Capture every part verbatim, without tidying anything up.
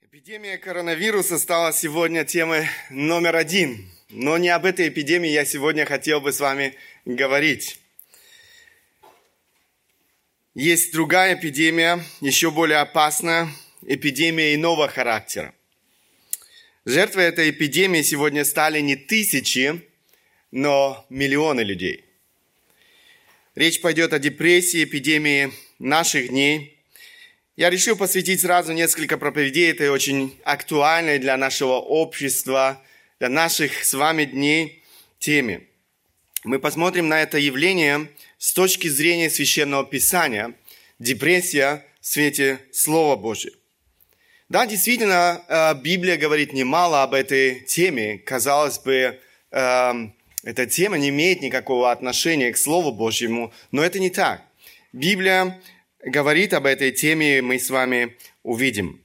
Эпидемия коронавируса стала сегодня темой номер один. Но не об этой эпидемии я сегодня хотел бы с вами говорить. Есть другая эпидемия, еще более опасная, эпидемия иного характера. Жертвой этой эпидемии сегодня стали не тысячи, но миллионы людей. Речь пойдет о депрессии, эпидемии наших дней. Я решил посвятить сразу несколько проповедей этой очень актуальной для нашего общества, для наших с вами дней теме. Мы посмотрим на это явление с точки зрения Священного Писания. Депрессия в свете Слова Божьего. Да, действительно, Библия говорит немало об этой теме. Казалось бы, эта тема не имеет никакого отношения к Слову Божьему, но это не так. Библия говорит об этой теме, мы с вами увидим.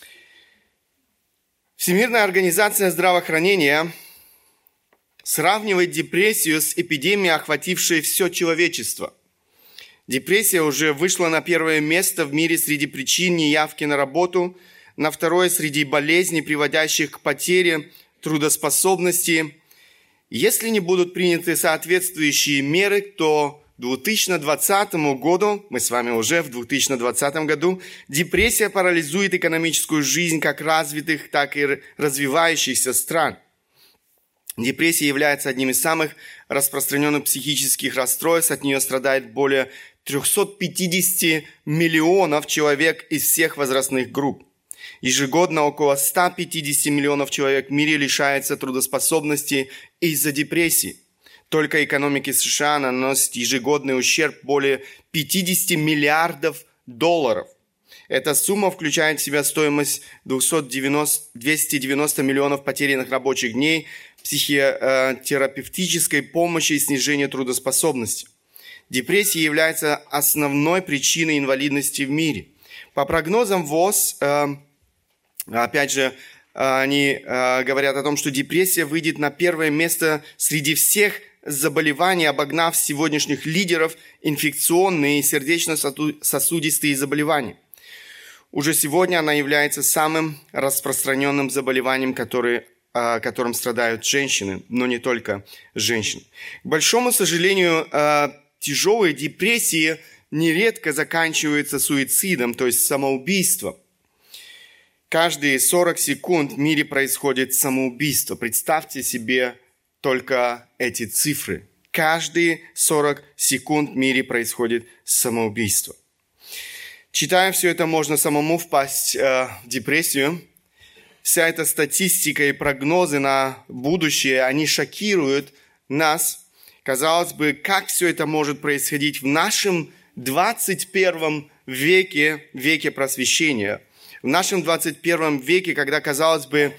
Всемирная организация здравоохранения сравнивает депрессию с эпидемией, охватившей все человечество. Депрессия уже вышла на первое место в мире среди причин неявки на работу, на второе среди болезней, приводящих к потере трудоспособности. Если не будут приняты соответствующие меры, то к две тысячи двадцатому году, мы с вами уже в две тысячи двадцатом году, депрессия парализует экономическую жизнь как развитых, так и развивающихся стран. Депрессия является одним из самых распространенных психических расстройств. От нее страдает более триста пятьдесят миллионов человек из всех возрастных групп. Ежегодно около ста пятидесяти миллионов человек в мире лишается трудоспособности из-за депрессии. Только экономике США наносит ежегодный ущерб более пятидесяти миллиардов долларов. Эта сумма включает в себя стоимость двухсот девяноста миллионов потерянных рабочих дней, психотерапевтической помощи и снижения трудоспособности. Депрессия является основной причиной инвалидности в мире. По прогнозам ВОЗ, опять же, они говорят о том, что депрессия выйдет на первое место среди всех заболеваний, обогнав сегодняшних лидеров инфекционные и сердечно-сосудистые заболевания. Уже сегодня она является самым распространенным заболеванием, которое, которым страдают женщины, но не только женщины. К большому сожалению, тяжелые депрессии нередко заканчиваются суицидом, то есть самоубийством. Каждые сорок секунд в мире происходит самоубийство. Представьте себе только эти цифры. Каждые сорок секунд в мире происходит самоубийство. Читая все это, можно самому впасть э, в депрессию. Вся эта статистика и прогнозы на будущее, они шокируют нас. Казалось бы, как все это может происходить в нашем двадцать первом веке, веке просвещения. В нашем двадцать первом веке, когда, казалось бы,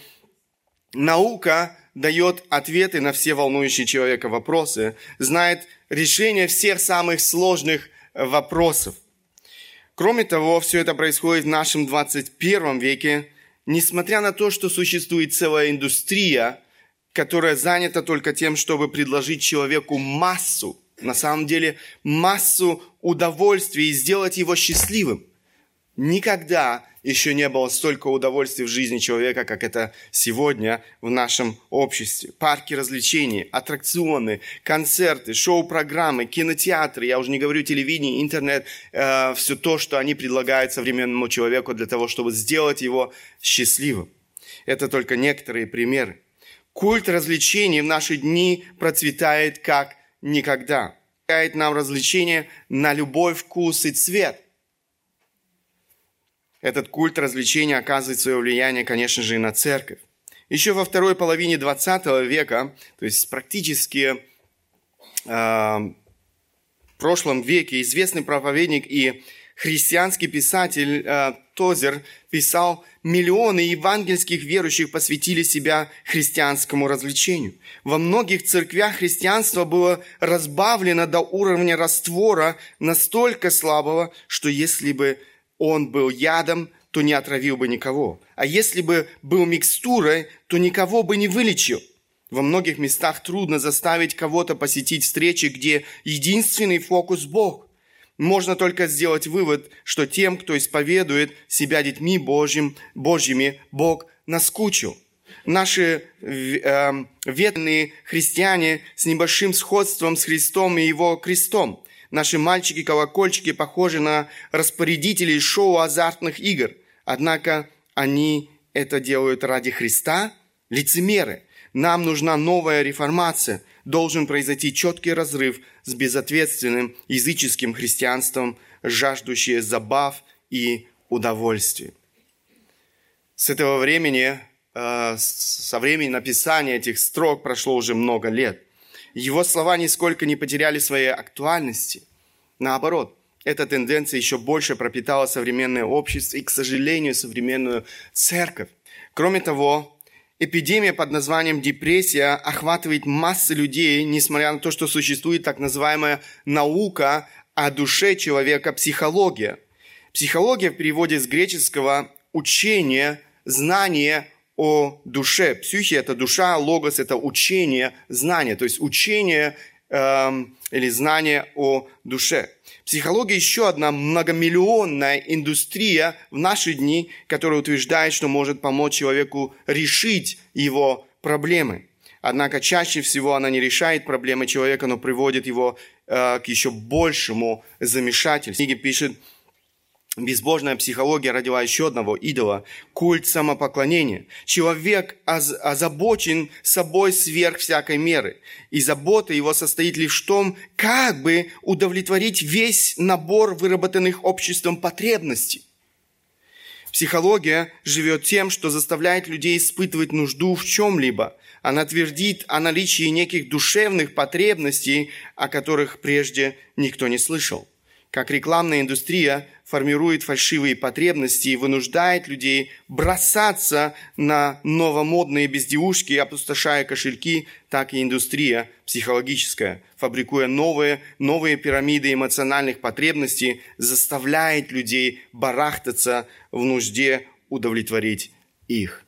наука дает ответы на все волнующие человека вопросы, знает решение всех самых сложных вопросов. Кроме того, все это происходит в нашем двадцать первом веке, несмотря на то, что существует целая индустрия, которая занята только тем, чтобы предложить человеку массу, на самом деле массу удовольствий и сделать его счастливым. Никогда еще не было столько удовольствий в жизни человека, как это сегодня в нашем обществе. Парки развлечений, аттракционы, концерты, шоу-программы, кинотеатры, я уже не говорю телевидение, интернет, э, все то, что они предлагают современному человеку для того, чтобы сделать его счастливым. Это только некоторые примеры. Культ развлечений в наши дни процветает как никогда. Дает нам развлечения на любой вкус и цвет. Этот культ развлечения оказывает свое влияние, конечно же, и на церковь. Еще во второй половине двадцатого века, то есть практически э, в прошлом веке, известный проповедник и христианский писатель э, Тозер писал: «Миллионы евангельских верующих посвятили себя христианскому развлечению. Во многих церквях христианство было разбавлено до уровня раствора настолько слабого, что если бы он был ядом, то не отравил бы никого. А если бы был микстурой, то никого бы не вылечил. Во многих местах трудно заставить кого-то посетить встречи, где единственный фокус – Бог. можно только сделать вывод, что тем, кто исповедует себя детьми Божьим, Божьими, Бог наскучил. Наши э, ветреные христиане с небольшим сходством с Христом и Его крестом. Наши мальчики-колокольчики похожи на распорядителей шоу азартных игр. Однако они это делают ради Христа? Лицемеры. Нам нужна новая реформация. Должен произойти четкий разрыв с безответственным языческим христианством, жаждущее забав и удовольствий. С этого времени, э, со времени написания этих строк прошло уже много лет. Его слова нисколько не потеряли своей актуальности. Наоборот, эта тенденция еще больше пропитала современное общество и, к сожалению, современную церковь. Кроме того, эпидемия под названием депрессия охватывает массы людей, несмотря на то, что существует так называемая наука о душе человека, психология. Психология в переводе с греческого «учение», «знание» о душе. Психия – это душа, логос – это учение, знание, то есть учение э, или знание о душе. Психология – еще одна многомиллионная индустрия в наши дни, которая утверждает, что может помочь человеку решить его проблемы. Однако чаще всего она не решает проблемы человека, но приводит его э, к еще большему замешательству. В книге пишет: безбожная психология родила еще одного идола – культ самопоклонения. Человек озабочен собой сверх всякой меры, и забота его состоит лишь в том, как бы удовлетворить весь набор выработанных обществом потребностей. Психология живет тем, что заставляет людей испытывать нужду в чем-либо. Она твердит о наличии неких душевных потребностей, о которых прежде никто не слышал. Как рекламная индустрия формирует фальшивые потребности и вынуждает людей бросаться на новомодные безделушки, опустошая кошельки, так и индустрия психологическая, фабрикуя новые, новые пирамиды эмоциональных потребностей, заставляет людей барахтаться в нужде удовлетворить их.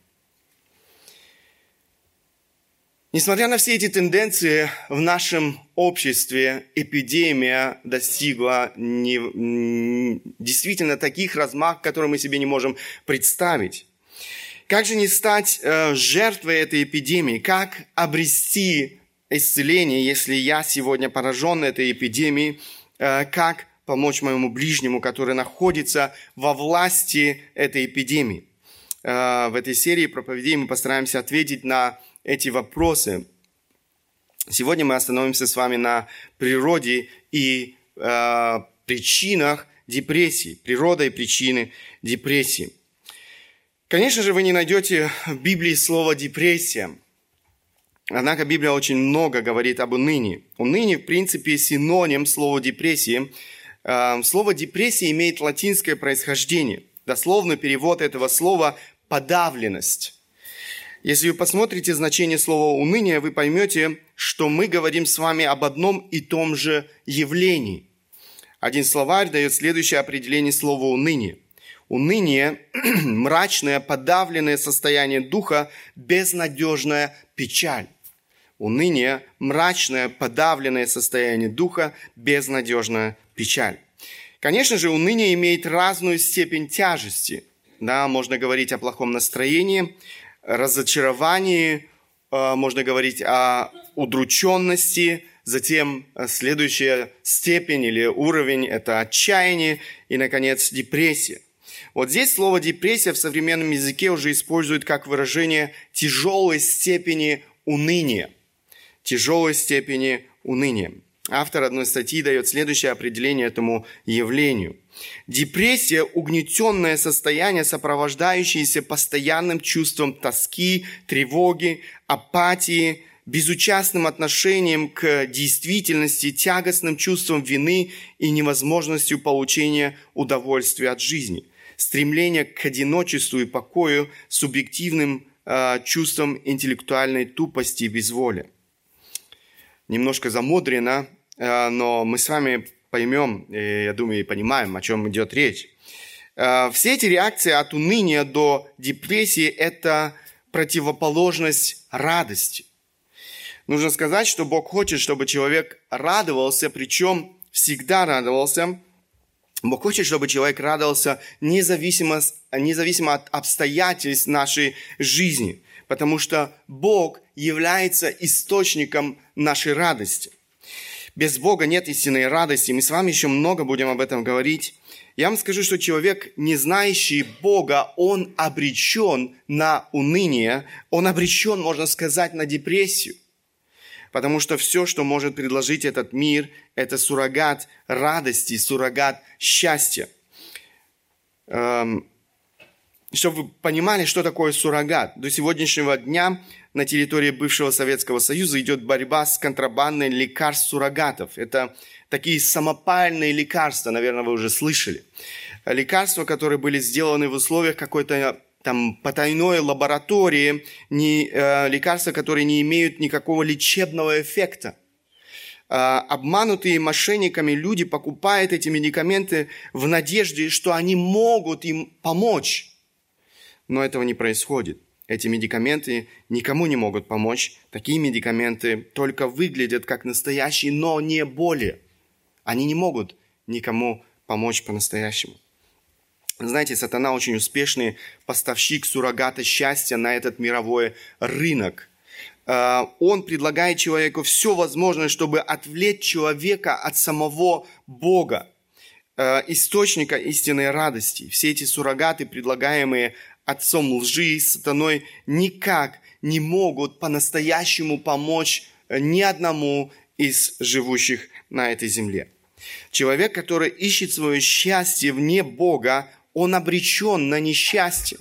Несмотря на все эти тенденции, в нашем обществе эпидемия достигла не, действительно таких размах, которые мы себе не можем представить. Как же не стать э, жертвой этой эпидемии? Как обрести исцеление, если я сегодня поражен этой эпидемией? Э, как помочь моему ближнему, который находится во власти этой эпидемии? Э, в этой серии проповедей мы постараемся ответить на эти вопросы. Сегодня мы остановимся с вами на природе и э, причинах депрессии. Природа и причины депрессии. Конечно же, вы не найдете в Библии слово «депрессия». Однако Библия очень много говорит об унынии. Уныние, в принципе, синоним слова «депрессии». Э, слово «депрессия» имеет латинское происхождение. Дословный перевод этого слова – «подавленность». Если вы посмотрите значение слова «уныние», вы поймете, что мы говорим с вами об одном и том же явлении. Один словарь дает следующее определение слова «уныние». Уныние – мрачное, подавленное состояние духа, безнадежная печаль. Уныние – мрачное, подавленное состояние духа, безнадежная печаль. Конечно же, уныние имеет разную степень тяжести. Да, можно говорить о плохом настроении, разочаровании, можно говорить о удрученности, затем следующая степень или уровень – это отчаяние, и, наконец, депрессия. Вот здесь слово «депрессия» в современном языке уже используют как выражение тяжелой степени уныния. Тяжелой степени уныния. Автор одной статьи дает следующее определение этому явлению. Депрессия – угнетенное состояние, сопровождающееся постоянным чувством тоски, тревоги, апатии, безучастным отношением к действительности, тягостным чувством вины и невозможностью получения удовольствия от жизни, стремление к одиночеству и покою, субъективным э, чувством интеллектуальной тупости и безволия. Немножко замудрено, э, но мы с вами поймем, э, я думаю, и понимаем, о чем идет речь. Э, все эти реакции от уныния до депрессии – это противоположность радости. Нужно сказать, что Бог хочет, чтобы человек радовался, причем всегда радовался, Бог хочет, чтобы человек радовался независимо, независимо от обстоятельств нашей жизни, потому что Бог является источником нашей радости. Без Бога нет истинной радости. Мы с вами еще много будем об этом говорить. Я вам скажу, что человек, не знающий Бога, он обречен на уныние, он обречен, можно сказать, на депрессию. Потому что все, что может предложить этот мир, это суррогат радости, суррогат счастья. Эм, чтобы вы понимали, что такое суррогат. До сегодняшнего дня на территории бывшего Советского Союза идет борьба с контрабандой лекарств суррогатов. Это такие самопальные лекарства, наверное, вы уже слышали. Лекарства, которые были сделаны в условиях какой-то там потайной лаборатории, не, э, лекарства, которые не имеют никакого лечебного эффекта. Э, обманутые мошенниками люди покупают эти медикаменты в надежде, что они могут им помочь. Но этого не происходит. Эти медикаменты никому не могут помочь. Такие медикаменты только выглядят как настоящие, но не более. Они не могут никому помочь по-настоящему. Знаете, сатана очень успешный поставщик суррогата счастья на этот мировой рынок. Он предлагает человеку все возможное, чтобы отвлечь человека от самого Бога, источника истинной радости. Все эти суррогаты, предлагаемые отцом лжи, сатаной, никак не могут по-настоящему помочь ни одному из живущих на этой земле. Человек, который ищет свое счастье вне Бога, он обречен на несчастье.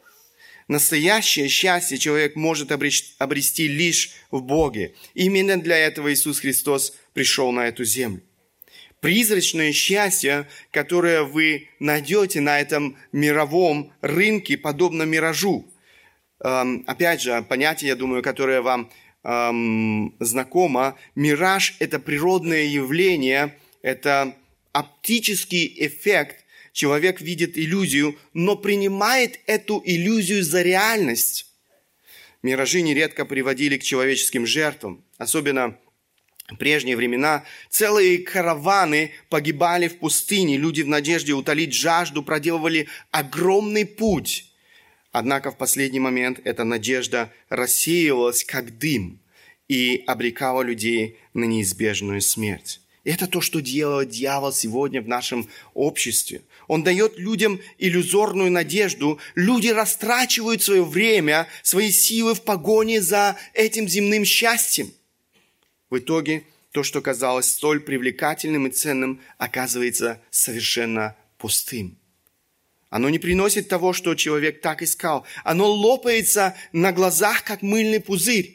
Настоящее счастье человек может обрести лишь в Боге. Именно для этого Иисус Христос пришел на эту землю. Призрачное счастье, которое вы найдете на этом мировом рынке, подобно миражу. Эм, опять же, понятие, я думаю, которое вам эм, знакомо. Мираж – это природное явление, это оптический эффект. Человек видит иллюзию, но принимает эту иллюзию за реальность. Миражи нередко приводили к человеческим жертвам. Особенно в прежние времена целые караваны погибали в пустыне. Люди в надежде утолить жажду проделывали огромный путь. Однако в последний момент эта надежда рассеивалась, как дым, и обрекала людей на неизбежную смерть. Это то, что делает дьявол сегодня в нашем обществе. Он дает людям иллюзорную надежду. Люди растрачивают свое время, свои силы в погоне за этим земным счастьем. В итоге то, что казалось столь привлекательным и ценным, оказывается совершенно пустым. Оно не приносит того, что человек так искал. Оно лопается на глазах, как мыльный пузырь.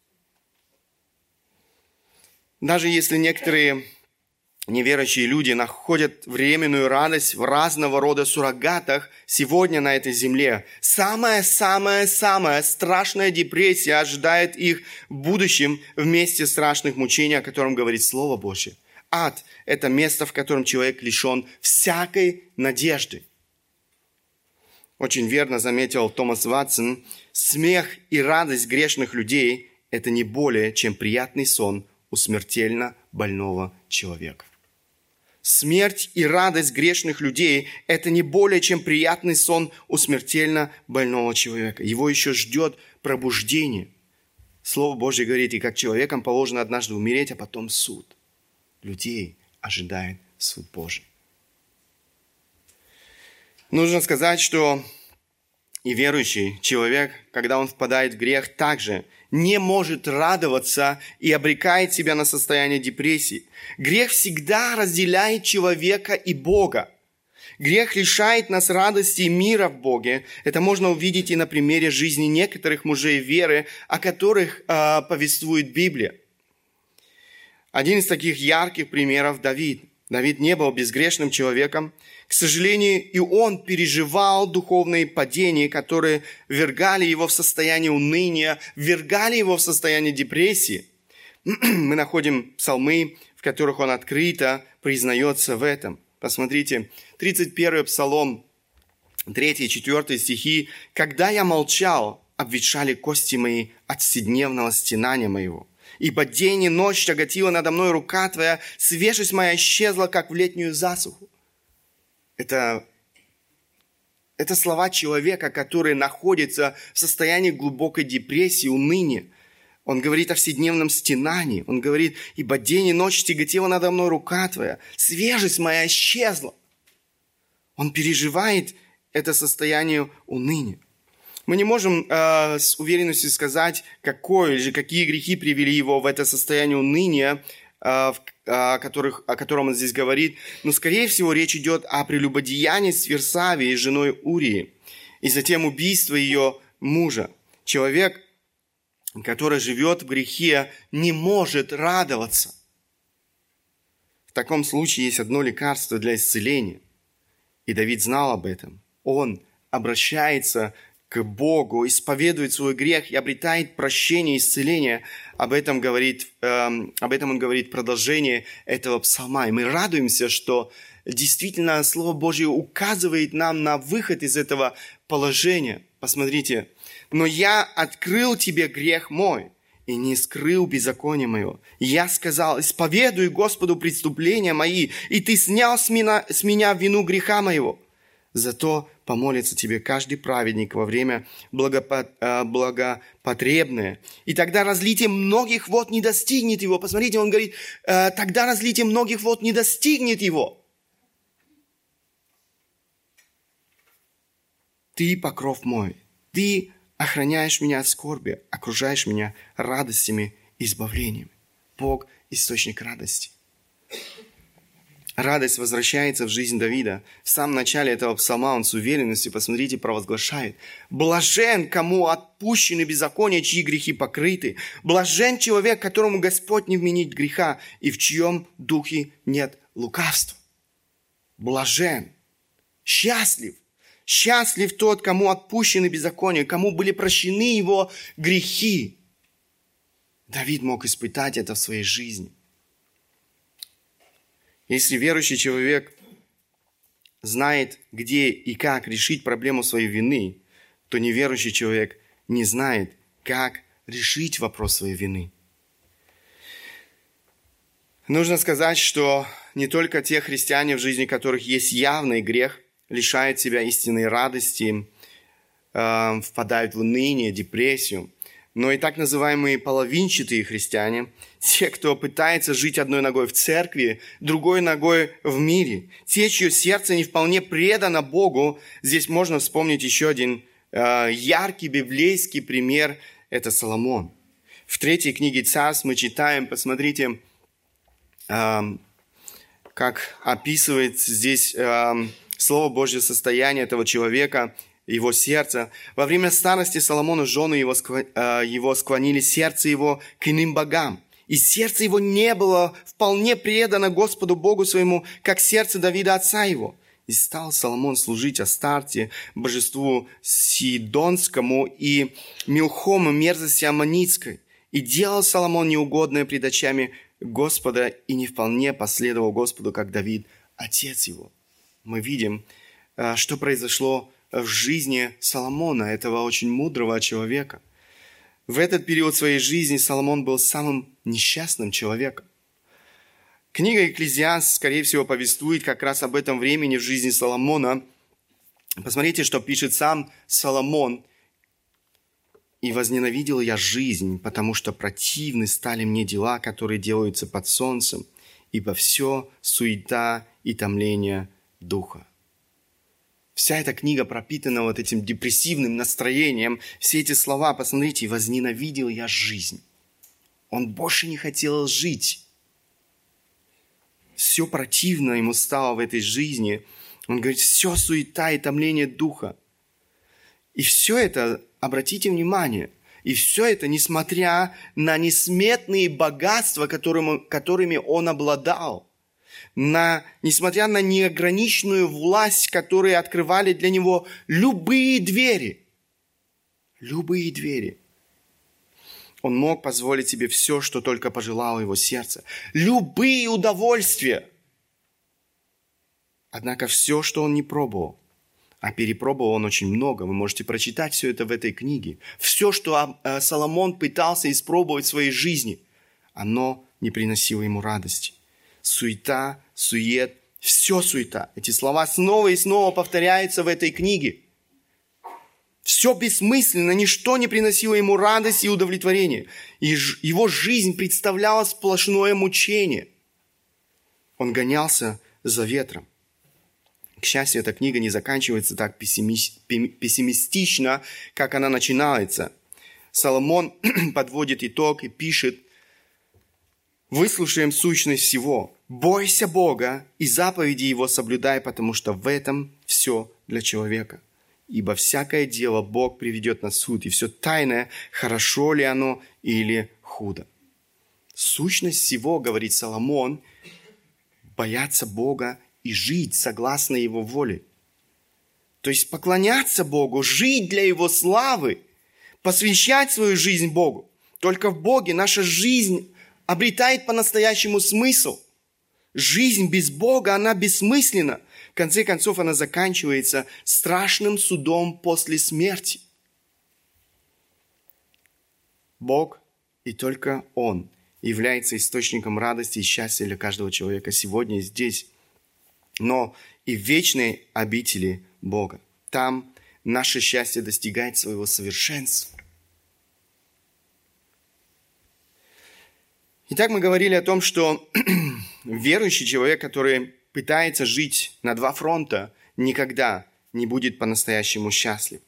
Даже если некоторые неверующие люди находят временную радость в разного рода суррогатах сегодня на этой земле, самая-самая-самая страшная депрессия ожидает их в будущем в месте страшных мучений, о котором говорит Слово Божье. Ад – это место, в котором человек лишен всякой надежды. Очень верно заметил Томас Ватсон: смех и радость грешных людей – это не более, чем приятный сон у смертельно больного человека. Смерть и радость грешных людей – это не более, чем приятный сон у смертельно больного человека. Его еще ждет пробуждение. Слово Божье говорит, и как человекам положено однажды умереть, а потом суд. Людей ожидает суд Божий. Нужно сказать, что и верующий человек, когда он впадает в грех, также не может радоваться и обрекает себя на состояние депрессии. Грех всегда разделяет человека и Бога. Грех лишает нас радости и мира в Боге. Это можно увидеть и на примере жизни некоторых мужей веры, о которых э, повествует Библия. Один из таких ярких примеров – Давид. Давид не был безгрешным человеком. К сожалению, и он переживал духовные падения, которые ввергали его в состояние уныния, ввергали его в состояние депрессии. Мы находим псалмы, в которых он открыто признается в этом. Посмотрите, тридцать первый псалом, третий и четвёртый стихи. «Когда я молчал, обветшали кости мои от вседневного стенания моего. Ибо день и ночь тяготила надо мной рука Твоя, свежесть моя исчезла, как в летнюю засуху». Это, это слова человека, который находится в состоянии глубокой депрессии, уныния. Он говорит о вседневном стенании. Он говорит: «Ибо день и ночь тяготела надо мной рука твоя, свежесть моя исчезла». Он переживает это состояние уныния. Мы не можем э, с уверенностью сказать, какой или же какие грехи привели его в это состояние уныния, э, в, э, о, которых, о котором он здесь говорит. Но, скорее всего, речь идет о прелюбодеянии с Версавией, женой Урии, и затем убийство ее мужа. Человек, который живет в грехе, не может радоваться. В таком случае есть одно лекарство для исцеления. И Давид знал об этом. Он обращается к Богу, исповедует свой грех и обретает прощение и исцеление. Об этом говорит, эм, об этом он говорит в продолжении этого псалма. И мы радуемся, что действительно Слово Божье указывает нам на выход из этого положения. Посмотрите. «Но я открыл тебе грех мой и не скрыл беззаконие мое. Я сказал: исповедуй Господу преступления мои, и ты снял с меня, с меня вину греха моего. Зато помолится тебе каждый праведник во время благопотребное, и тогда разлитие многих вод не достигнет его». Посмотрите, он говорит: тогда разлитие многих вод не достигнет его. Ты покров мой, ты охраняешь меня от скорби, окружаешь меня радостями и избавлениями. Бог – источник радости. Радость возвращается в жизнь Давида. В самом начале этого псалма он с уверенностью, посмотрите, провозглашает: «Блажен, кому отпущены беззакония, чьи грехи покрыты. Блажен человек, которому Господь не вменит греха, и в чьем духе нет лукавства». Блажен, счастлив. Счастлив тот, кому отпущены беззакония, кому были прощены его грехи. Давид мог испытать это в своей жизни. Если верующий человек знает, где и как решить проблему своей вины, то неверующий человек не знает, как решить вопрос своей вины. Нужно сказать, что не только те христиане, в жизни которых есть явный грех, лишают себя истинной радости, э, впадают в уныние, депрессию, но и так называемые половинчатые христиане, те, кто пытается жить одной ногой в церкви, другой ногой в мире, те, чье сердце не вполне предано Богу. Здесь можно вспомнить еще один э, яркий библейский пример – это Соломон. В третьей книге Царств мы читаем, посмотрите, э, как описывает здесь э, Слово Божье состояние этого человека, его сердца. Во время старости Соломона жены его, его склонили сердце его к иным богам. И сердце его не было вполне предано Господу Богу своему, как сердце Давида отца его. И стал Соломон служить Астарте, божеству Сидонскому, и Милхому, мерзости Аммонитской. И делал Соломон неугодное пред очами Господа, и не вполне последовал Господу, как Давид, отец его. Мы видим, что произошло в жизни Соломона, этого очень мудрого человека. В этот период своей жизни Соломон был самым несчастным человеком. Книга Экклезиаст, скорее всего, повествует как раз об этом времени в жизни Соломона. Посмотрите, что пишет сам Соломон. «И возненавидел я жизнь, потому что противны стали мне дела, которые делаются под солнцем, ибо все суета и томление духа». Вся эта книга пропитана вот этим депрессивным настроением. Все эти слова, посмотрите: «возненавидел я жизнь». Он больше не хотел жить. Все противно ему стало в этой жизни. Он говорит: все суета и томление духа. И все это, обратите внимание, и все это, несмотря на несметные богатства, которым, которыми он обладал. На, несмотря на неограниченную власть, которые открывали для него любые двери. Любые двери. Он мог позволить себе все, что только пожелало его сердце. Любые удовольствия. Однако все, что он не пробовал, а перепробовал он очень много, вы можете прочитать все это в этой книге. Все, что Соломон пытался испробовать в своей жизни, оно не приносило ему радости. Суета, сует Все суета. Эти слова снова и снова повторяются в этой книге. Все бессмысленно, ничто не приносило ему радость и удовлетворение. И его жизнь представляла сплошное мучение. Он гонялся за ветром. К счастью, эта книга не заканчивается так пессимистично, как она начинается. Соломон подводит итог и пишет: «Выслушаем сущность всего. Бойся Бога и заповеди Его соблюдай, потому что в этом все для человека. Ибо всякое дело Бог приведет на суд, и все тайное, хорошо ли оно или худо». Сущность всего, говорит Соломон, бояться Бога и жить согласно Его воле. То есть поклоняться Богу, жить для Его славы, посвящать свою жизнь Богу. Только в Боге наша жизнь обретает по-настоящему смысл. Жизнь без Бога, она бессмысленна. В конце концов, она заканчивается страшным судом после смерти. Бог и только Он является источником радости и счастья для каждого человека сегодня и здесь, но и в вечной обители Бога. Там наше счастье достигает своего совершенства. Итак, мы говорили о том, что верующий человек, который пытается жить на два фронта, никогда не будет по-настоящему счастлив.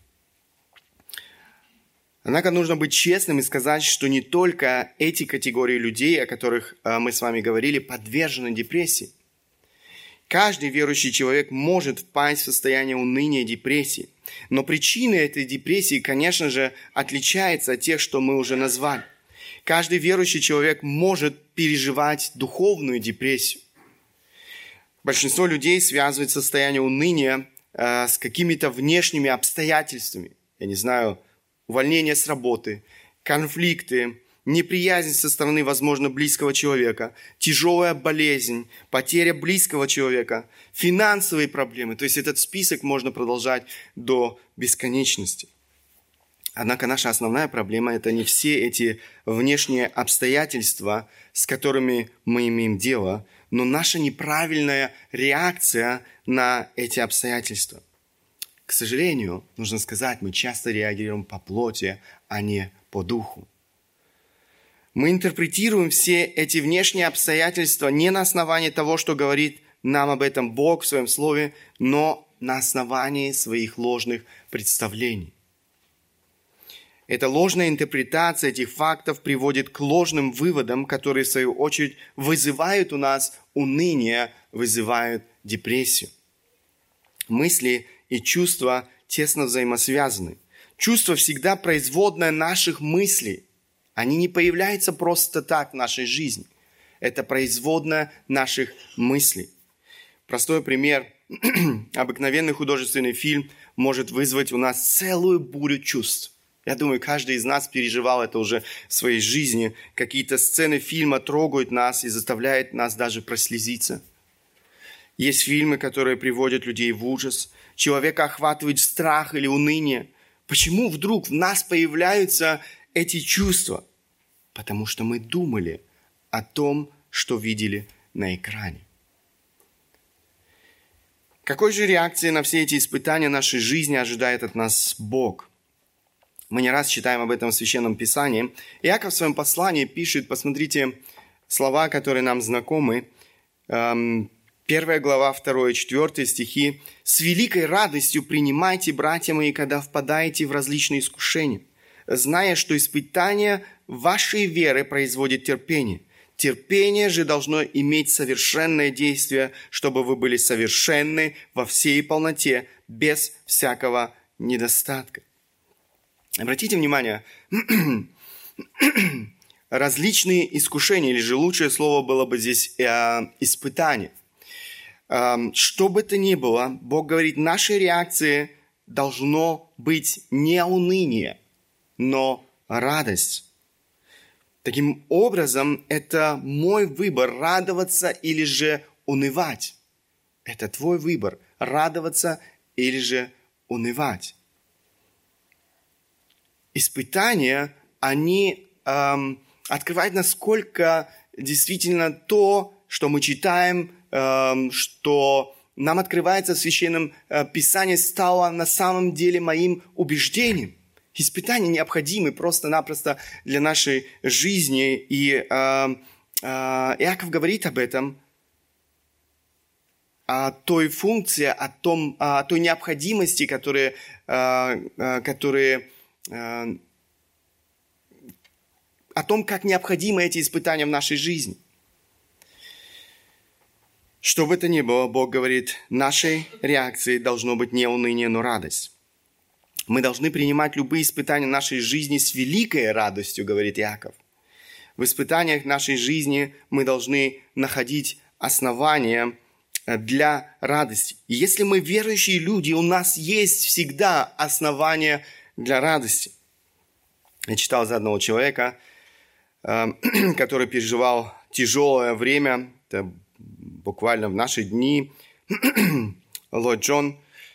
Однако нужно быть честным и сказать, что не только эти категории людей, о которых мы с вами говорили, подвержены депрессии. Каждый верующий человек может впасть в состояние уныния и депрессии. Но причина этой депрессии, конечно же, отличается от тех, что мы уже назвали. Каждый верующий человек может переживать духовную депрессию. Большинство людей связывает состояние уныния э, с какими-то внешними обстоятельствами. Я не знаю, увольнение с работы, конфликты, неприязнь со стороны, возможно, близкого человека, тяжелая болезнь, потеря близкого человека, финансовые проблемы. То есть этот список можно продолжать до бесконечности. Однако наша основная проблема – это не все эти внешние обстоятельства, с которыми мы имеем дело, но наша неправильная реакция на эти обстоятельства. К сожалению, нужно сказать, мы часто реагируем по плоти, а не по духу. Мы интерпретируем все эти внешние обстоятельства не на основании того, что говорит нам об этом Бог в Своем Слове, но на основании своих ложных представлений. Эта ложная интерпретация этих фактов приводит к ложным выводам, которые, в свою очередь, вызывают у нас уныние, вызывают депрессию. Мысли и чувства тесно взаимосвязаны. Чувство всегда производное наших мыслей. Они не появляются просто так в нашей жизни. Это производное наших мыслей. Простой пример. Обыкновенный художественный фильм может вызвать у нас целую бурю чувств. Я думаю, каждый из нас переживал это уже в своей жизни. Какие-то сцены фильма трогают нас и заставляют нас даже прослезиться. Есть фильмы, которые приводят людей в ужас. Человека охватывает страх или уныние. Почему вдруг в нас появляются эти чувства? Потому что мы думали о том, что видели на экране. Какой же реакции на все эти испытания нашей жизни ожидает от нас Бог? Мы не раз читаем об этом в Священном Писании. Иаков в своем послании пишет, посмотрите, слова, которые нам знакомы. Первая глава, второй и четвёртый стихи. «С великой радостью принимайте, братья мои, когда впадаете в различные искушения, зная, что испытание вашей веры производит терпение. Терпение же должно иметь совершенное действие, чтобы вы были совершенны во всей полноте, без всякого недостатка». Обратите внимание, различные искушения, или же лучшее слово было бы здесь э, испытание. Э, что бы то ни было, Бог говорит, нашей реакцией должно быть не уныние, но радость. Таким образом, это мой выбор, радоваться или же унывать. Это твой выбор, радоваться или же унывать. Испытания, они эм, открывают, насколько действительно то, что мы читаем, что нам открывается в Священном Писании, стало на самом деле моим убеждением. Испытания необходимы просто-напросто для нашей жизни. И э, э, Иаков говорит об этом, о той функции, о, том, о той необходимости, которые, э, которые э, о том, как необходимы эти испытания в нашей жизни. Что бы это ни было, Бог говорит, нашей реакцией должно быть не уныние, но радость. Мы должны принимать любые испытания нашей жизни с великой радостью, говорит Иаков. В испытаниях нашей жизни мы должны находить основания для радости. И если мы верующие люди, у нас есть всегда основания для радости. Я читал за одного человека, который переживал тяжелое время, это буквально в наши дни, Ллойд Джон,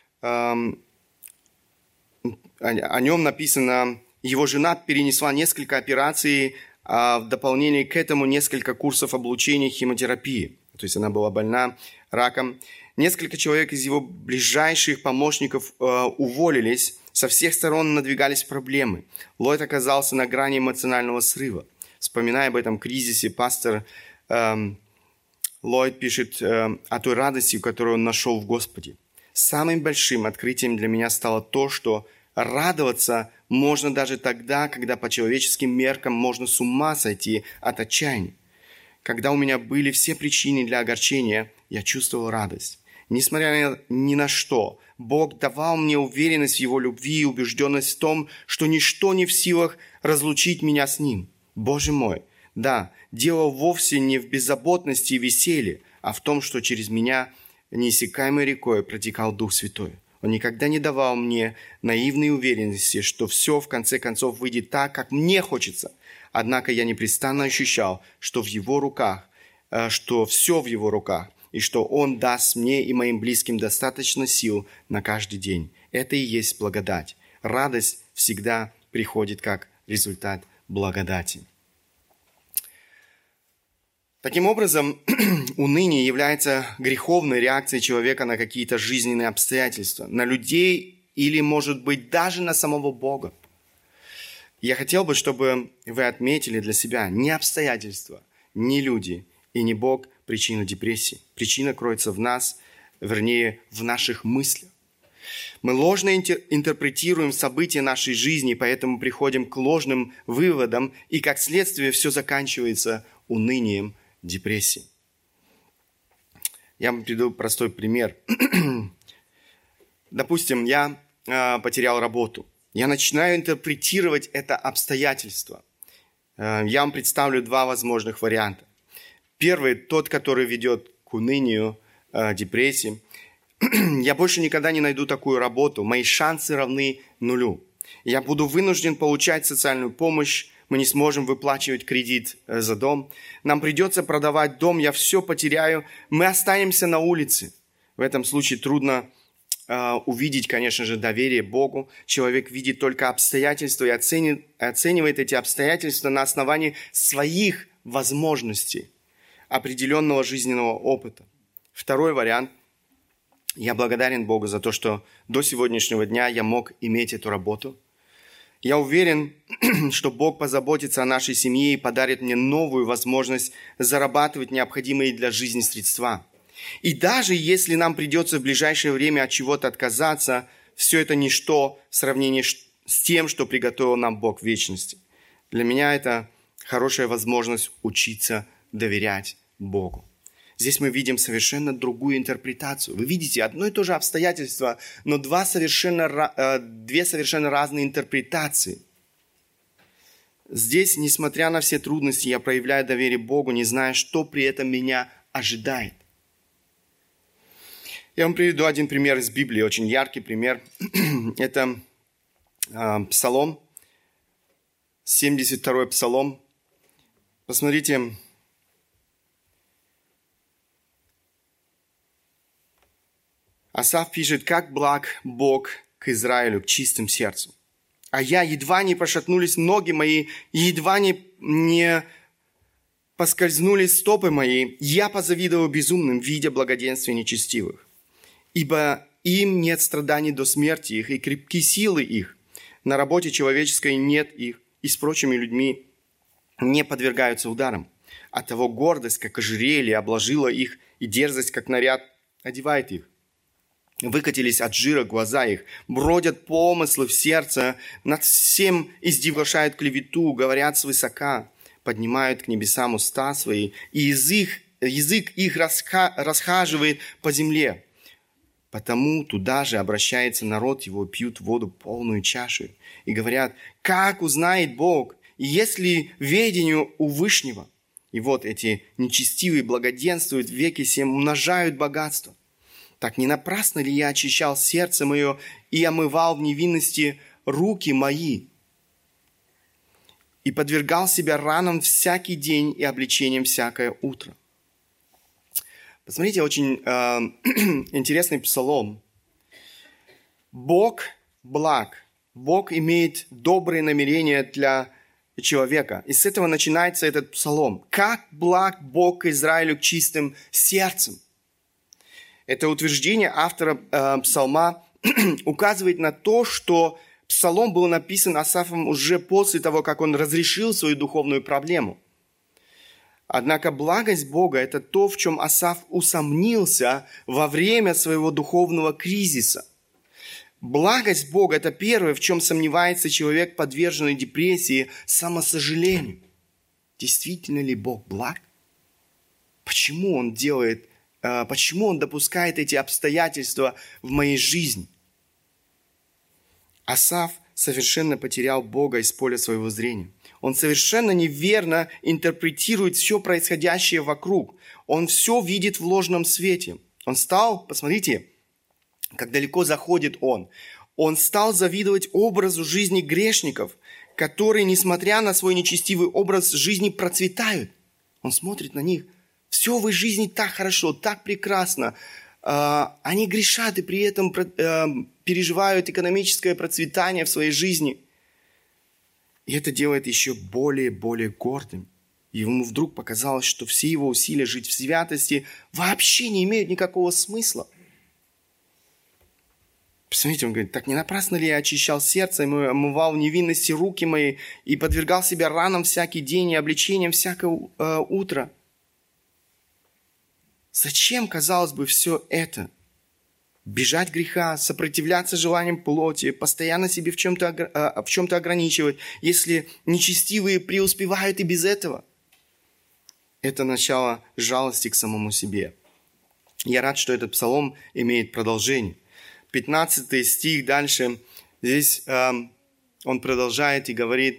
о нем написано, его жена перенесла несколько операций, а в дополнение к этому несколько курсов обучения химиотерапии. То есть она была больна раком. Несколько человек из его ближайших помощников э, уволились. Со всех сторон надвигались проблемы. Ллойд оказался на грани эмоционального срыва. Вспоминая об этом кризисе, пастор э, Ллойд пишет э, о той радости, которую он нашел в Господе. Самым большим открытием для меня стало то, что радоваться можно даже тогда, когда по человеческим меркам можно с ума сойти от отчаяния. Когда у меня были все причины для огорчения, я чувствовал радость. Несмотря ни на что, Бог давал мне уверенность в Его любви и убежденность в том, что ничто не в силах разлучить меня с Ним. Боже мой, да, дело вовсе не в беззаботности и веселье, а в том, что через меня неиссякаемой рекой протекал Дух Святой. Он никогда не давал мне наивной уверенности, что все в конце концов выйдет так, как мне хочется. Однако я непрестанно ощущал, что в Его руках, что все в Его руках, и что Он даст мне и моим близким достаточно сил на каждый день. Это и есть благодать. Радость всегда приходит как результат благодати. Таким образом, уныние является греховной реакцией человека на какие-то жизненные обстоятельства, на людей или, может быть, даже на самого Бога. Я хотел бы, чтобы вы отметили для себя не обстоятельства, не люди и не Бог причину депрессии. Причина кроется в нас, вернее, в наших мыслях. Мы ложно интерпретируем события нашей жизни, поэтому приходим к ложным выводам, и как следствие все заканчивается унынием, депрессией. Я вам приведу простой пример. Допустим, я э, потерял работу. Я начинаю интерпретировать это обстоятельство. Э, я вам представлю два возможных варианта. Первый, тот, который ведет к унынию, э, депрессии. Я больше никогда не найду такую работу. Мои шансы равны нулю. Я буду вынужден получать социальную помощь. Мы не сможем выплачивать кредит за дом. Нам придется продавать дом. Я все потеряю. Мы останемся на улице. В этом случае трудно э, увидеть, конечно же, доверие Богу. Человек видит только обстоятельства и оценит, оценивает эти обстоятельства на основании своих возможностей, определенного жизненного опыта. Второй вариант. Я благодарен Богу за то, что до сегодняшнего дня я мог иметь эту работу. Я уверен, что Бог позаботится о нашей семье и подарит мне новую возможность зарабатывать необходимые для жизни средства. И даже если нам придется в ближайшее время от чего-то отказаться, все это ничто в сравнении с тем, что приготовил нам Бог в вечности. Для меня это хорошая возможность учиться доверять Богу. Здесь мы видим совершенно другую интерпретацию. Вы видите одно и то же обстоятельство, но два совершенно, две совершенно разные интерпретации. Здесь, несмотря на все трудности, я проявляю доверие Богу, не зная, что при этом меня ожидает. Я вам приведу один пример из Библии, очень яркий пример. Это э, Псалом, семьдесят второй Псалом. Посмотрите. Асаф пишет: «Как благ Бог к Израилю, к чистым сердцу. А я, едва не пошатнулись ноги мои, едва не, не поскользнулись стопы мои, я позавидовал безумным, видя благоденствие нечестивых. Ибо им нет страданий до смерти их, и крепки силы их. На работе человеческой нет их, и с прочими людьми не подвергаются ударам. Оттого гордость, как ожерелье, обложила их, и дерзость, как наряд, одевает их. Выкатились от жира глаза их, бродят помыслы в сердце, над всем издевшают клевету, говорят свысока, поднимают к небесам уста свои, и язык, язык их расха, расхаживает по земле. Потому туда же обращается народ его, пьют воду полную чашу, и говорят, как узнает Бог, и есть ли ведению у Вышнего? И вот эти нечестивые благоденствуют, веки сем умножают богатство. Так не напрасно ли я очищал сердце мое и омывал в невинности руки мои? И подвергал себя ранам всякий день и обличениям всякое утро. Посмотрите, очень э, интересный псалом. Бог благ. Бог имеет добрые намерения для человека. И с этого начинается этот псалом. Как благ Бог к Израилю к чистым сердцем. Это утверждение автора э, псалма указывает на то, что псалом был написан Асафом уже после того, как он разрешил свою духовную проблему. Однако благость Бога – это то, в чем Асаф усомнился во время своего духовного кризиса. Благость Бога – это первое, в чем сомневается человек, подверженный депрессии, самосожалению. Действительно ли Бог благ? Почему Он делает, почему Он допускает эти обстоятельства в моей жизни? Асаф совершенно потерял Бога из поля своего зрения. Он совершенно неверно интерпретирует все происходящее вокруг. Он все видит в ложном свете. Он стал, посмотрите, как далеко заходит он. Он стал завидовать образу жизни грешников, которые, несмотря на свой нечестивый образ жизни, процветают. Он смотрит на них. Все в их жизни так хорошо, так прекрасно. Они грешат и при этом переживают экономическое процветание в своей жизни. И это делает еще более и более гордым. И ему вдруг показалось, что все его усилия жить в святости вообще не имеют никакого смысла. Посмотрите, он говорит, так не напрасно ли я очищал сердце, и омывал в невинности руки мои, и подвергал себя ранам всякий день и обличениям всякое э, утро. Зачем, казалось бы, все это? Бежать греха, сопротивляться желаниям плоти, постоянно себе в чем-то, в чем-то ограничивать, если нечестивые преуспевают и без этого. Это начало жалости к самому себе. Я рад, что этот псалом имеет продолжение. пятнадцатый стих дальше, здесь э, он продолжает и говорит,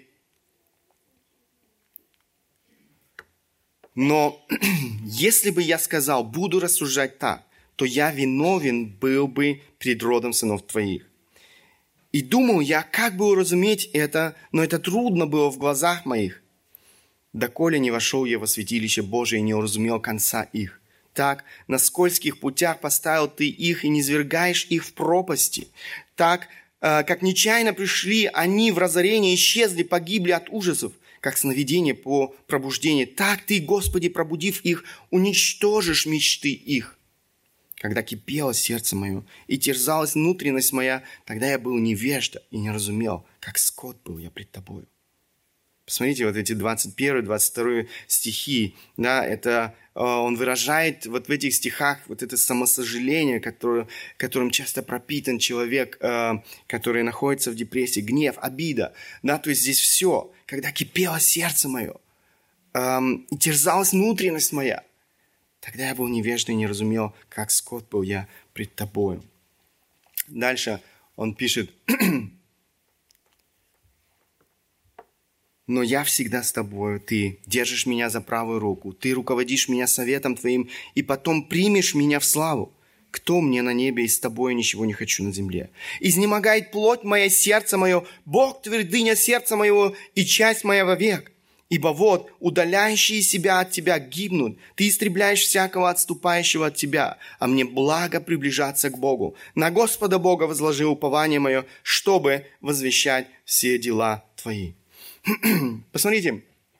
но если бы я сказал, буду рассуждать так, то я виновен был бы пред родом сынов твоих. И думал я, как бы уразуметь это, но это трудно было в глазах моих. Доколе не вошел я во святилище Божие и не уразумел конца их. Так на скользких путях поставил ты их и низвергаешь их в пропасти. Так, э, как нечаянно пришли они в разорение, исчезли, погибли от ужасов, как сновидение по пробуждению. Так ты, Господи, пробудив их, уничтожишь мечты их. Когда кипело сердце мое и терзалась внутренность моя, тогда я был невежда и не разумел, как скот был я пред тобою. Посмотрите, вот эти двадцать первый, двадцать второй стихи, да, это э, он выражает вот в этих стихах вот это самосожаление, которое, которым часто пропитан человек, э, который находится в депрессии, гнев, обида, да, то есть здесь все, когда кипело сердце мое э, и терзалась внутренность моя, тогда я был невежда и не разумел, как скот был я пред тобою. Дальше он пишет, но я всегда с тобою, ты держишь меня за правую руку, ты руководишь меня советом твоим, и потом примешь меня в славу. Кто мне на небе, и с тобою ничего не хочу на земле? Изнемогает плоть моя, сердце мое, Бог твердыня сердца моего и часть моя вовек. Ибо вот, удаляющие себя от тебя гибнут, ты истребляешь всякого отступающего от тебя, а мне благо приближаться к Богу. На Господа Бога возложи упование мое, чтобы возвещать все дела твои. Посмотрите,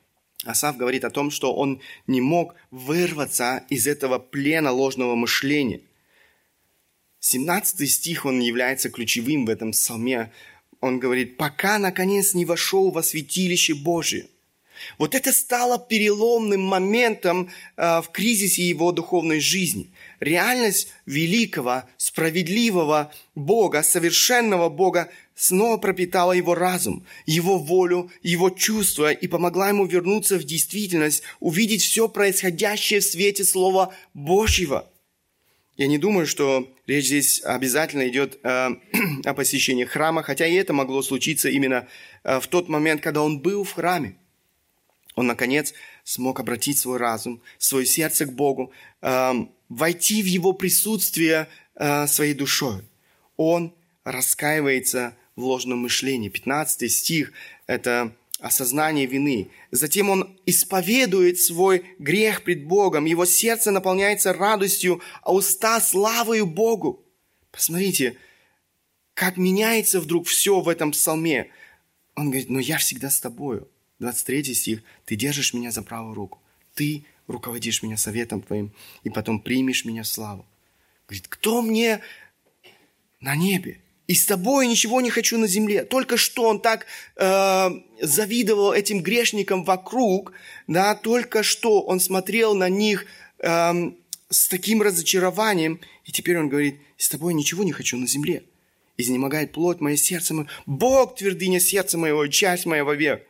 Асаф говорит о том, что он не мог вырваться из этого плена ложного мышления. семнадцатый стих, он является ключевым в этом псалме. Он говорит: «Пока, наконец, не вошел во святилище Божие». Вот это стало переломным моментом э, в кризисе его духовной жизни. Реальность великого, справедливого Бога, совершенного Бога снова пропитала его разум, его волю, его чувства и помогла ему вернуться в действительность, увидеть все происходящее в свете Слова Божьего. Я не думаю, что речь здесь обязательно идет э, о посещении храма, хотя и это могло случиться именно э, в тот момент, когда он был в храме. Он, наконец, смог обратить свой разум, свое сердце к Богу, э, войти в Его присутствие э, своей душой. Он раскаивается в ложном мышлении. пятнадцатый стих – это осознание вины. Затем он исповедует свой грех пред Богом. Его сердце наполняется радостью, а уста славою Богу. Посмотрите, как меняется вдруг все в этом псалме. Он говорит: «Но я всегда с тобою». двадцать третий стих. «Ты держишь меня за правую руку. Ты руководишь меня советом Твоим, и потом примешь меня в славу». Говорит: «Кто мне на небе? И с тобой ничего не хочу на земле». Только что он так э, завидовал этим грешникам вокруг, да, только что он смотрел на них э, с таким разочарованием, и теперь он говорит: «С тобой ничего не хочу на земле. Изнемогает плоть моя, сердце мое. Бог твердыня сердца моего, часть моя вовек.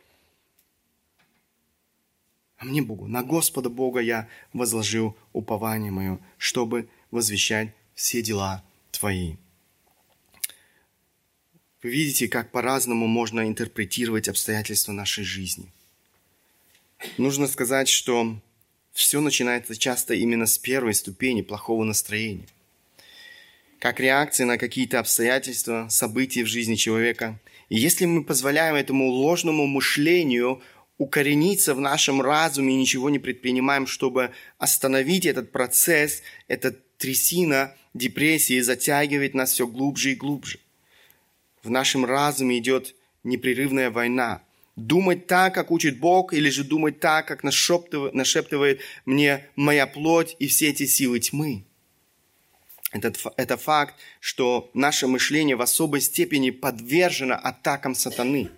А мне, Богу, на Господа Бога я возложил упование мое, чтобы возвещать все дела Твои». Вы видите, как по-разному можно интерпретировать обстоятельства нашей жизни. Нужно сказать, что все начинается часто именно с первой ступени плохого настроения. Как реакция на какие-то обстоятельства, события в жизни человека. И если мы позволяем этому ложному мышлению укорениться в нашем разуме и ничего не предпринимаем, чтобы остановить этот процесс, эта трясина депрессии затягивает нас все глубже и глубже. В нашем разуме идет непрерывная война. Думать так, как учит Бог, или же думать так, как нашептывает, нашептывает мне моя плоть и все эти силы тьмы. Это, это факт, что наше мышление в особой степени подвержено атакам сатаны.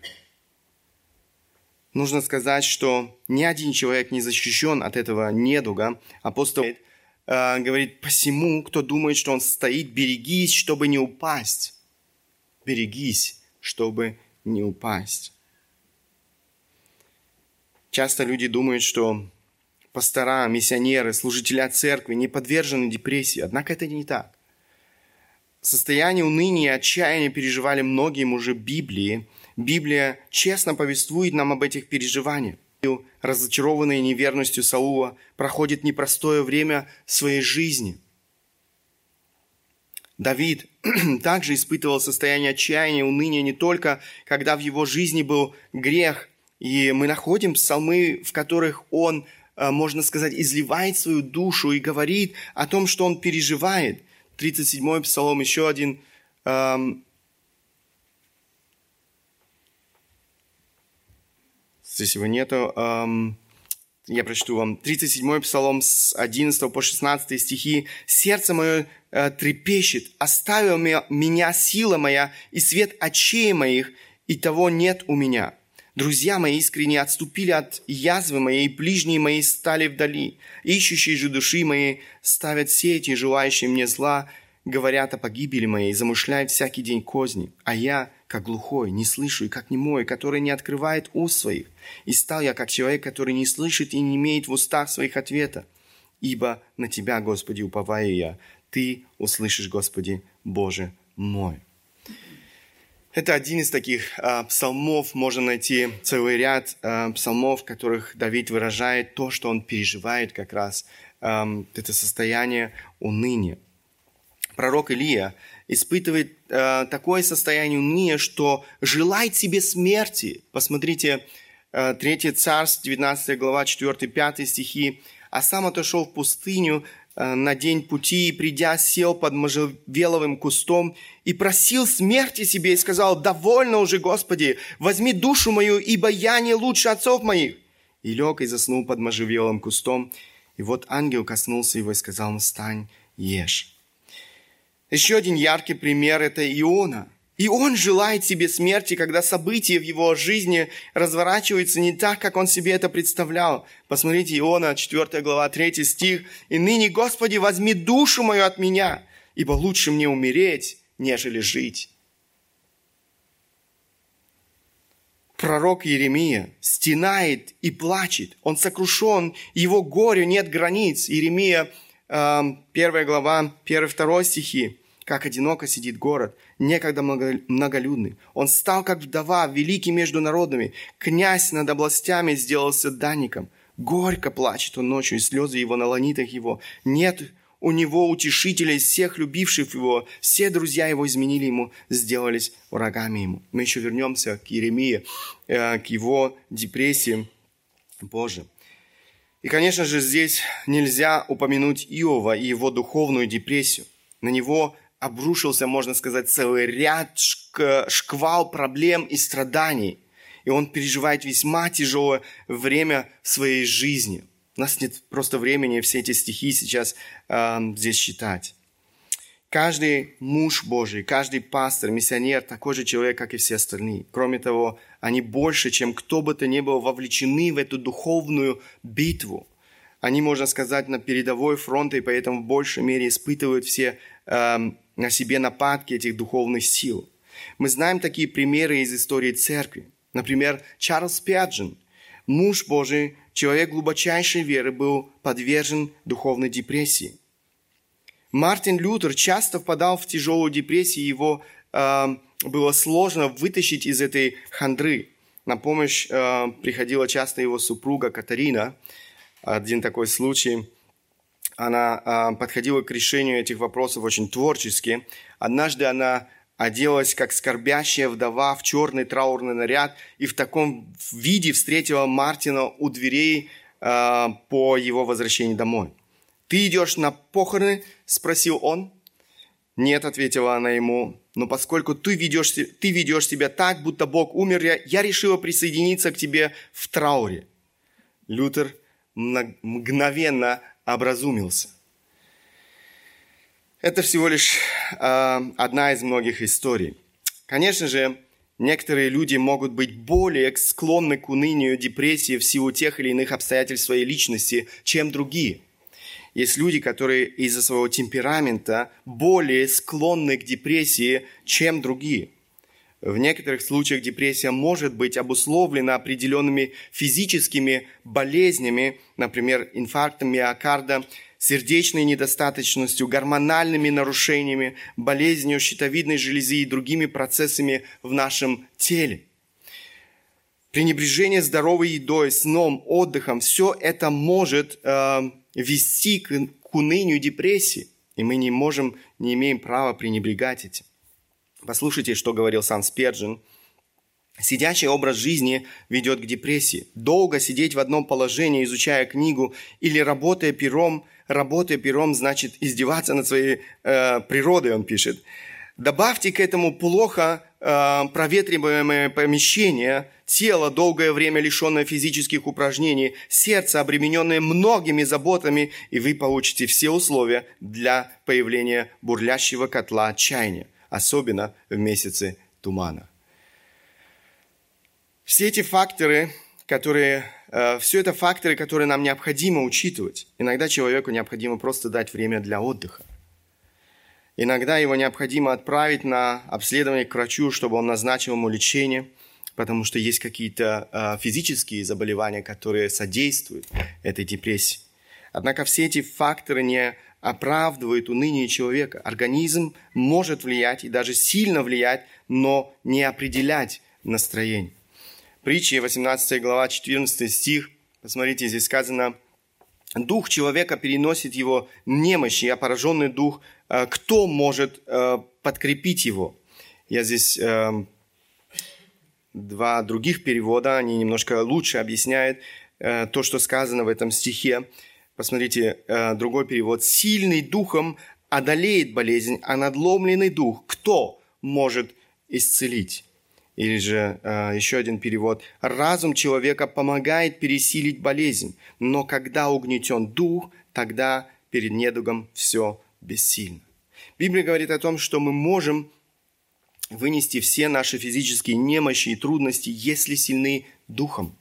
Нужно сказать, что ни один человек не защищен от этого недуга. Апостол э, говорит: «Посему, кто думает, что он стоит, берегись, чтобы не упасть». Берегись, чтобы не упасть. Часто люди думают, что пастора, миссионеры, служители церкви не подвержены депрессии. Однако это не так. Состояние уныния и отчаяния переживали многие мужи Библии. Библия честно повествует нам об этих переживаниях. Разочарованный неверностью Саула проходит непростое время своей жизни. Давид также испытывал состояние отчаяния, уныния не только, когда в его жизни был грех. И мы находим псалмы, в которых он, можно сказать, изливает свою душу и говорит о том, что он переживает. тридцать седьмой псалом, еще один. Эм, здесь его нету. Эм, я прочту вам. тридцать седьмой псалом с одиннадцатого по шестнадцатый стихи. «Сердце мое э, трепещет, оставила меня сила моя, и свет очей моих, и того нет у меня. Друзья мои искренне отступили от язвы моей, ближние мои стали вдали. Ищущие же души моей ставят сети, желающие мне зла, говорят о погибели моей, замышляют всякий день козни. А я, как глухой, не слышу, и как немой, который не открывает уст своих. И стал я, как человек, который не слышит и не имеет в устах своих ответа. Ибо на Тебя, Господи, уповаю я. Ты услышишь, Господи, Боже мой». Это один из таких э, псалмов, можно найти целый ряд э, псалмов, в которых Давид выражает то, что он переживает как раз, э, это состояние уныния. Пророк Илия испытывает э, такое состояние уныния, что желает себе смерти. Посмотрите, э, третье Царств, девятнадцатая глава, четыре-пять стихи. «А сам отошел в пустыню на день пути, и, придя, сел под можжевеловым кустом и просил смерти себе, и сказал: довольно уже, Господи, возьми душу мою, ибо я не лучше отцов моих. и лег и заснул под можжевелым кустом. И вот ангел коснулся его и сказал ему: встань, ешь. Еще один яркий пример – это Иона. И он желает себе смерти, когда события в его жизни разворачиваются не так, как он себе это представлял. Посмотрите, Иона, четвёртая глава, третий стих. «И ныне, Господи, возьми душу мою от меня, ибо лучше мне умереть, нежели жить». Пророк Иеремия стенает и плачет. Он сокрушен, его горю нет границ. Иеремия, первая глава, первый-второй стихи. «Как одиноко сидит город, некогда многолюдный. Он стал, как вдова, великий между народами. Князь над областями сделался данником. Горько плачет он ночью, и слезы его на ланитах его. Нет у него утешителя из всех любивших его. Все друзья его изменили ему, сделались врагами ему». Мы еще вернемся к Иеремии, к его депрессии позже. И, конечно же, здесь нельзя упомянуть Иова и его духовную депрессию. На него обрушился, можно сказать, целый ряд шквал проблем и страданий. И он переживает весьма тяжелое время в своей жизни. У нас нет просто времени все эти стихи сейчас э, здесь читать. Каждый муж Божий, каждый пастор, миссионер такой же человек, как и все остальные. Кроме того, они больше, чем кто бы то ни был, вовлечены в эту духовную битву. Они, можно сказать, на передовой фронте, и поэтому в большей мере испытывают все э, на себе нападки этих духовных сил. Мы знаем такие примеры из истории церкви. Например, Чарльз Спярджен, муж Божий, человек глубочайшей веры, был подвержен духовной депрессии. Мартин Лютер часто впадал в тяжелую депрессию, его э, было сложно вытащить из этой хандры. На помощь э, приходила часто его супруга Катарина. Один такой случай. Она э, подходила к решению этих вопросов очень творчески. Однажды она оделась, как скорбящая вдова, в черный траурный наряд, и в таком виде встретила Мартина у дверей э, по его возвращении домой. «Ты идешь на похороны?» – спросил он. «Нет», – ответила она ему, – «но поскольку ты ведешь, ты ведешь себя так, будто Бог умер, я, я решила присоединиться к тебе в трауре». Лютер мгновенно образумился. Это всего лишь э, одна из многих историй. Конечно же, некоторые люди могут быть более склонны к унынию, депрессии в силу тех или иных обстоятельств своей личности, чем другие. Есть люди, которые из-за своего темперамента более склонны к депрессии, чем другие. В некоторых случаях депрессия может быть обусловлена определенными физическими болезнями, например, инфарктом миокарда, сердечной недостаточностью, гормональными нарушениями, болезнью щитовидной железы и другими процессами в нашем теле. Пренебрежение здоровой едой, сном, отдыхом – все это может э, вести к, к унынию, депрессии, и мы не можем, не имеем права пренебрегать этим. Послушайте, что говорил сам Спярджен. «Сидячий образ жизни ведет к депрессии. Долго сидеть в одном положении, изучая книгу или работая пером, работая пером значит издеваться над своей э, природой», он пишет. «Добавьте к этому плохо э, проветриваемое помещение, тело, долгое время лишенное физических упражнений, сердце, обремененное многими заботами, и вы получите все условия для появления бурлящего котла отчаяния, особенно в месяце тумана». Все эти факторы, которые, э, все это факторы, которые нам необходимо учитывать. Иногда человеку необходимо просто дать время для отдыха. Иногда его необходимо отправить на обследование к врачу, чтобы он назначил ему лечение, потому что есть какие-то э, физические заболевания, которые содействуют этой депрессии. Однако все эти факторы не оправдывают уныние человека. Организм может влиять и даже сильно влиять, но не определять настроение. Притчи, восемнадцатая глава, четырнадцатый стих. Посмотрите, здесь сказано: «Дух человека переносит его немощи, а пораженный дух, кто может подкрепить его?» Я здесь два других перевода, они немножко лучше объясняют то, что сказано в этом стихе. Посмотрите, другой перевод. «Сильный духом одолеет болезнь, а надломленный дух кто может исцелить?» Или же э, еще один перевод. Разум человека помогает пересилить болезнь, но когда угнетен дух, тогда перед недугом все бессильно. Библия говорит о том, что мы можем вынести все наши физические немощи и трудности, если сильны духом.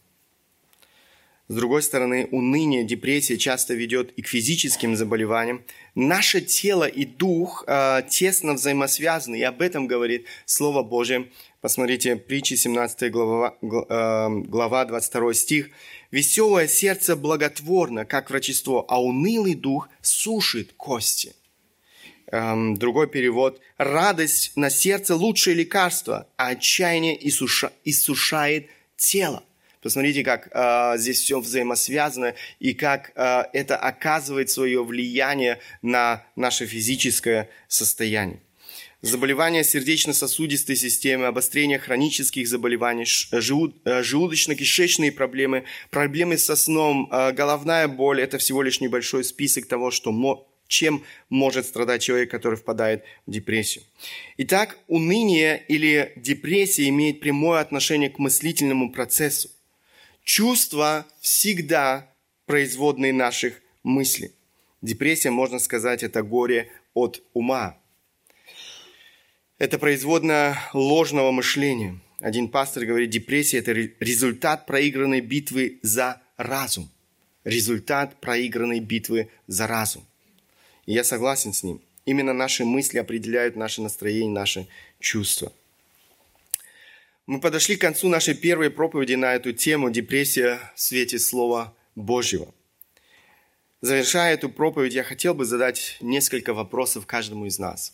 С другой стороны, уныние, депрессия часто ведет и к физическим заболеваниям. Наше тело и дух э, тесно взаимосвязаны, и об этом говорит Слово Божие. Посмотрите, Притчи, семнадцатая глава, глава, двадцать второй стих. «Веселое сердце благотворно, как врачество, а унылый дух сушит кости». Эм, другой перевод. «Радость на сердце лучшее лекарство, а отчаяние иссуша, иссушает тело». Посмотрите, как э, здесь все взаимосвязано и как э, это оказывает свое влияние на наше физическое состояние. Заболевания сердечно-сосудистой системы, обострение хронических заболеваний, желудочно-кишечные проблемы, проблемы со сном, э, головная боль – это всего лишь небольшой список того, что мо- чем может страдать человек, который впадает в депрессию. Итак, уныние или депрессия имеет прямое отношение к мыслительному процессу. Чувства всегда производные наших мыслей. Депрессия, можно сказать, это горе от ума. Это производная ложного мышления. Один пастор говорит, депрессия – это результат проигранной битвы за разум. Результат проигранной битвы за разум. И я согласен с ним. Именно наши мысли определяют наше настроение, наши чувства. Мы подошли к концу нашей первой проповеди на эту тему «Депрессия в свете Слова Божьего». Завершая эту проповедь, я хотел бы задать несколько вопросов каждому из нас.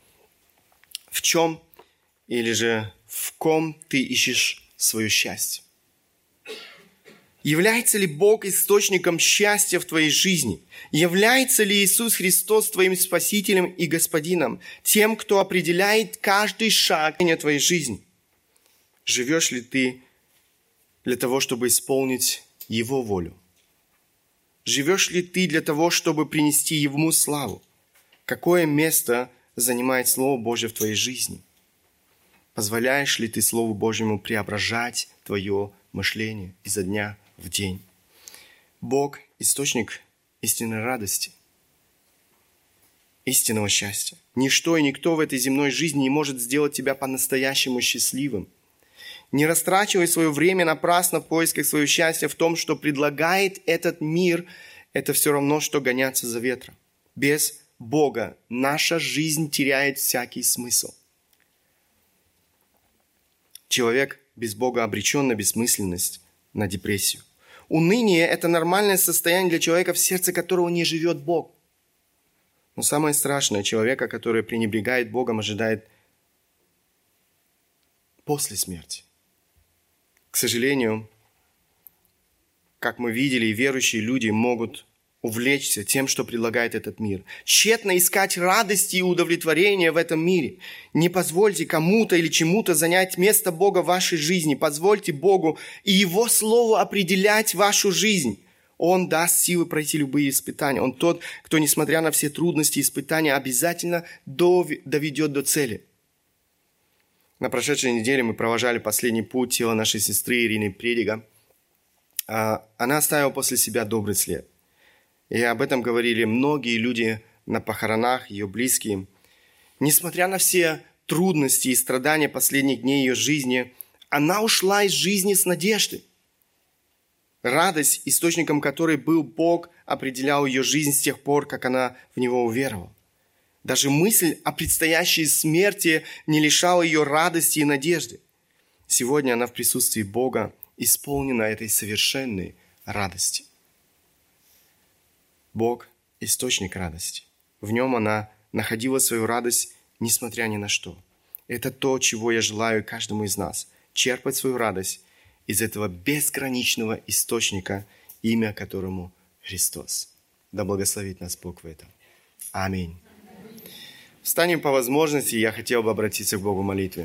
В чем или же в ком ты ищешь свое счастье? Является ли Бог источником счастья в твоей жизни? Является ли Иисус Христос твоим Спасителем и Господином, тем, кто определяет каждый шаг твоей жизни? Живешь ли ты для того, чтобы исполнить Его волю? Живешь ли ты для того, чтобы принести Ему славу? Какое место занимает Слово Божье в твоей жизни? Позволяешь ли ты Слову Божьему преображать твое мышление изо дня в день? Бог – источник истинной радости, истинного счастья. Ничто и никто в этой земной жизни не может сделать тебя по-настоящему счастливым. Не растрачивай свое время напрасно в поисках своего счастья в том, что предлагает этот мир. Это все равно, что гоняться за ветром. Без Бога наша жизнь теряет всякий смысл. Человек без Бога обречен на бессмысленность, на депрессию. Уныние – это нормальное состояние для человека, в сердце которого не живет Бог. Но самое страшное – человека, который пренебрегает Богом, ожидает после смерти. К сожалению, как мы видели, верующие люди могут увлечься тем, что предлагает этот мир. Тщетно искать радости и удовлетворения в этом мире. Не позвольте кому-то или чему-то занять место Бога в вашей жизни. Позвольте Богу и Его Слову определять вашу жизнь. Он даст силы пройти любые испытания. Он тот, кто, несмотря на все трудности и испытания, обязательно доведет до цели. На прошедшей неделе мы провожали последний путь тела нашей сестры Ирины Предига. Она оставила после себя добрый след. И об этом говорили многие люди на похоронах, ее близкие. Несмотря на все трудности и страдания последних дней ее жизни, она ушла из жизни с надеждой. Радость, источником которой был Бог, определял ее жизнь с тех пор, как она в Него уверовала. Даже мысль о предстоящей смерти не лишала ее радости и надежды. Сегодня она в присутствии Бога исполнена этой совершенной радости. Бог – источник радости. В Нем она находила свою радость, несмотря ни на что. Это то, чего я желаю каждому из нас – черпать свою радость из этого безграничного источника, имя которому Христос. Да благословит нас Бог в этом. Аминь. Встанем по возможности, я хотел бы обратиться к Богу в молитве.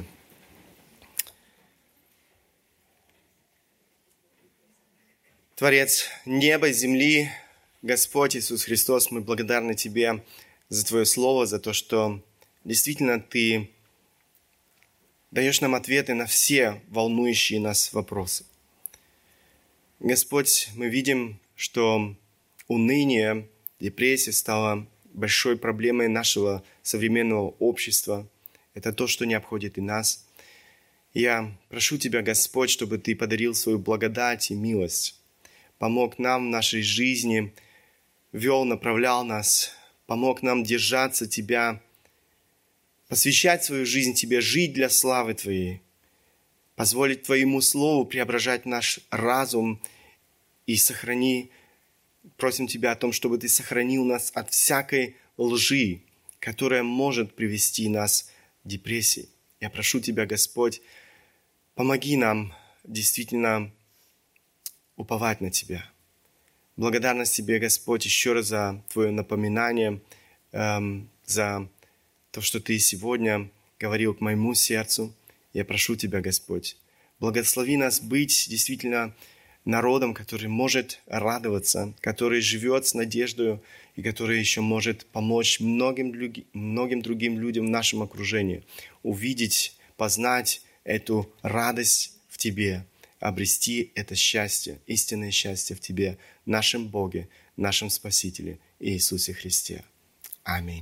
Творец неба, земли, Господь Иисус Христос, мы благодарны Тебе за Твое Слово, за то, что действительно Ты даешь нам ответы на все волнующие нас вопросы. Господь, мы видим, что уныние, депрессия стала большой проблемой нашего современного общества. Это то, что не обходит и нас. Я прошу Тебя, Господь, чтобы Ты подарил свою благодать и милость, помог нам в нашей жизни, вел, направлял нас, помог нам держаться Тебя, посвящать свою жизнь Тебе, жить для славы Твоей, позволить Твоему Слову преображать наш разум и сохрани, просим Тебя о том, чтобы Ты сохранил нас от всякой лжи, которая может привести нас к депрессии. Я прошу Тебя, Господь, помоги нам действительно уповать на Тебя. Благодарность Тебе, Господь, еще раз за Твое напоминание, эм, за то, что Ты сегодня говорил к моему сердцу. Я прошу Тебя, Господь, благослови нас быть действительно народом, который может радоваться, который живет с надеждой и который еще может помочь многим, многим другим людям в нашем окружении увидеть, познать эту радость в Тебе, обрести это счастье, истинное счастье в Тебе, нашем Боге, нашем Спасителе Иисусе Христе. Аминь.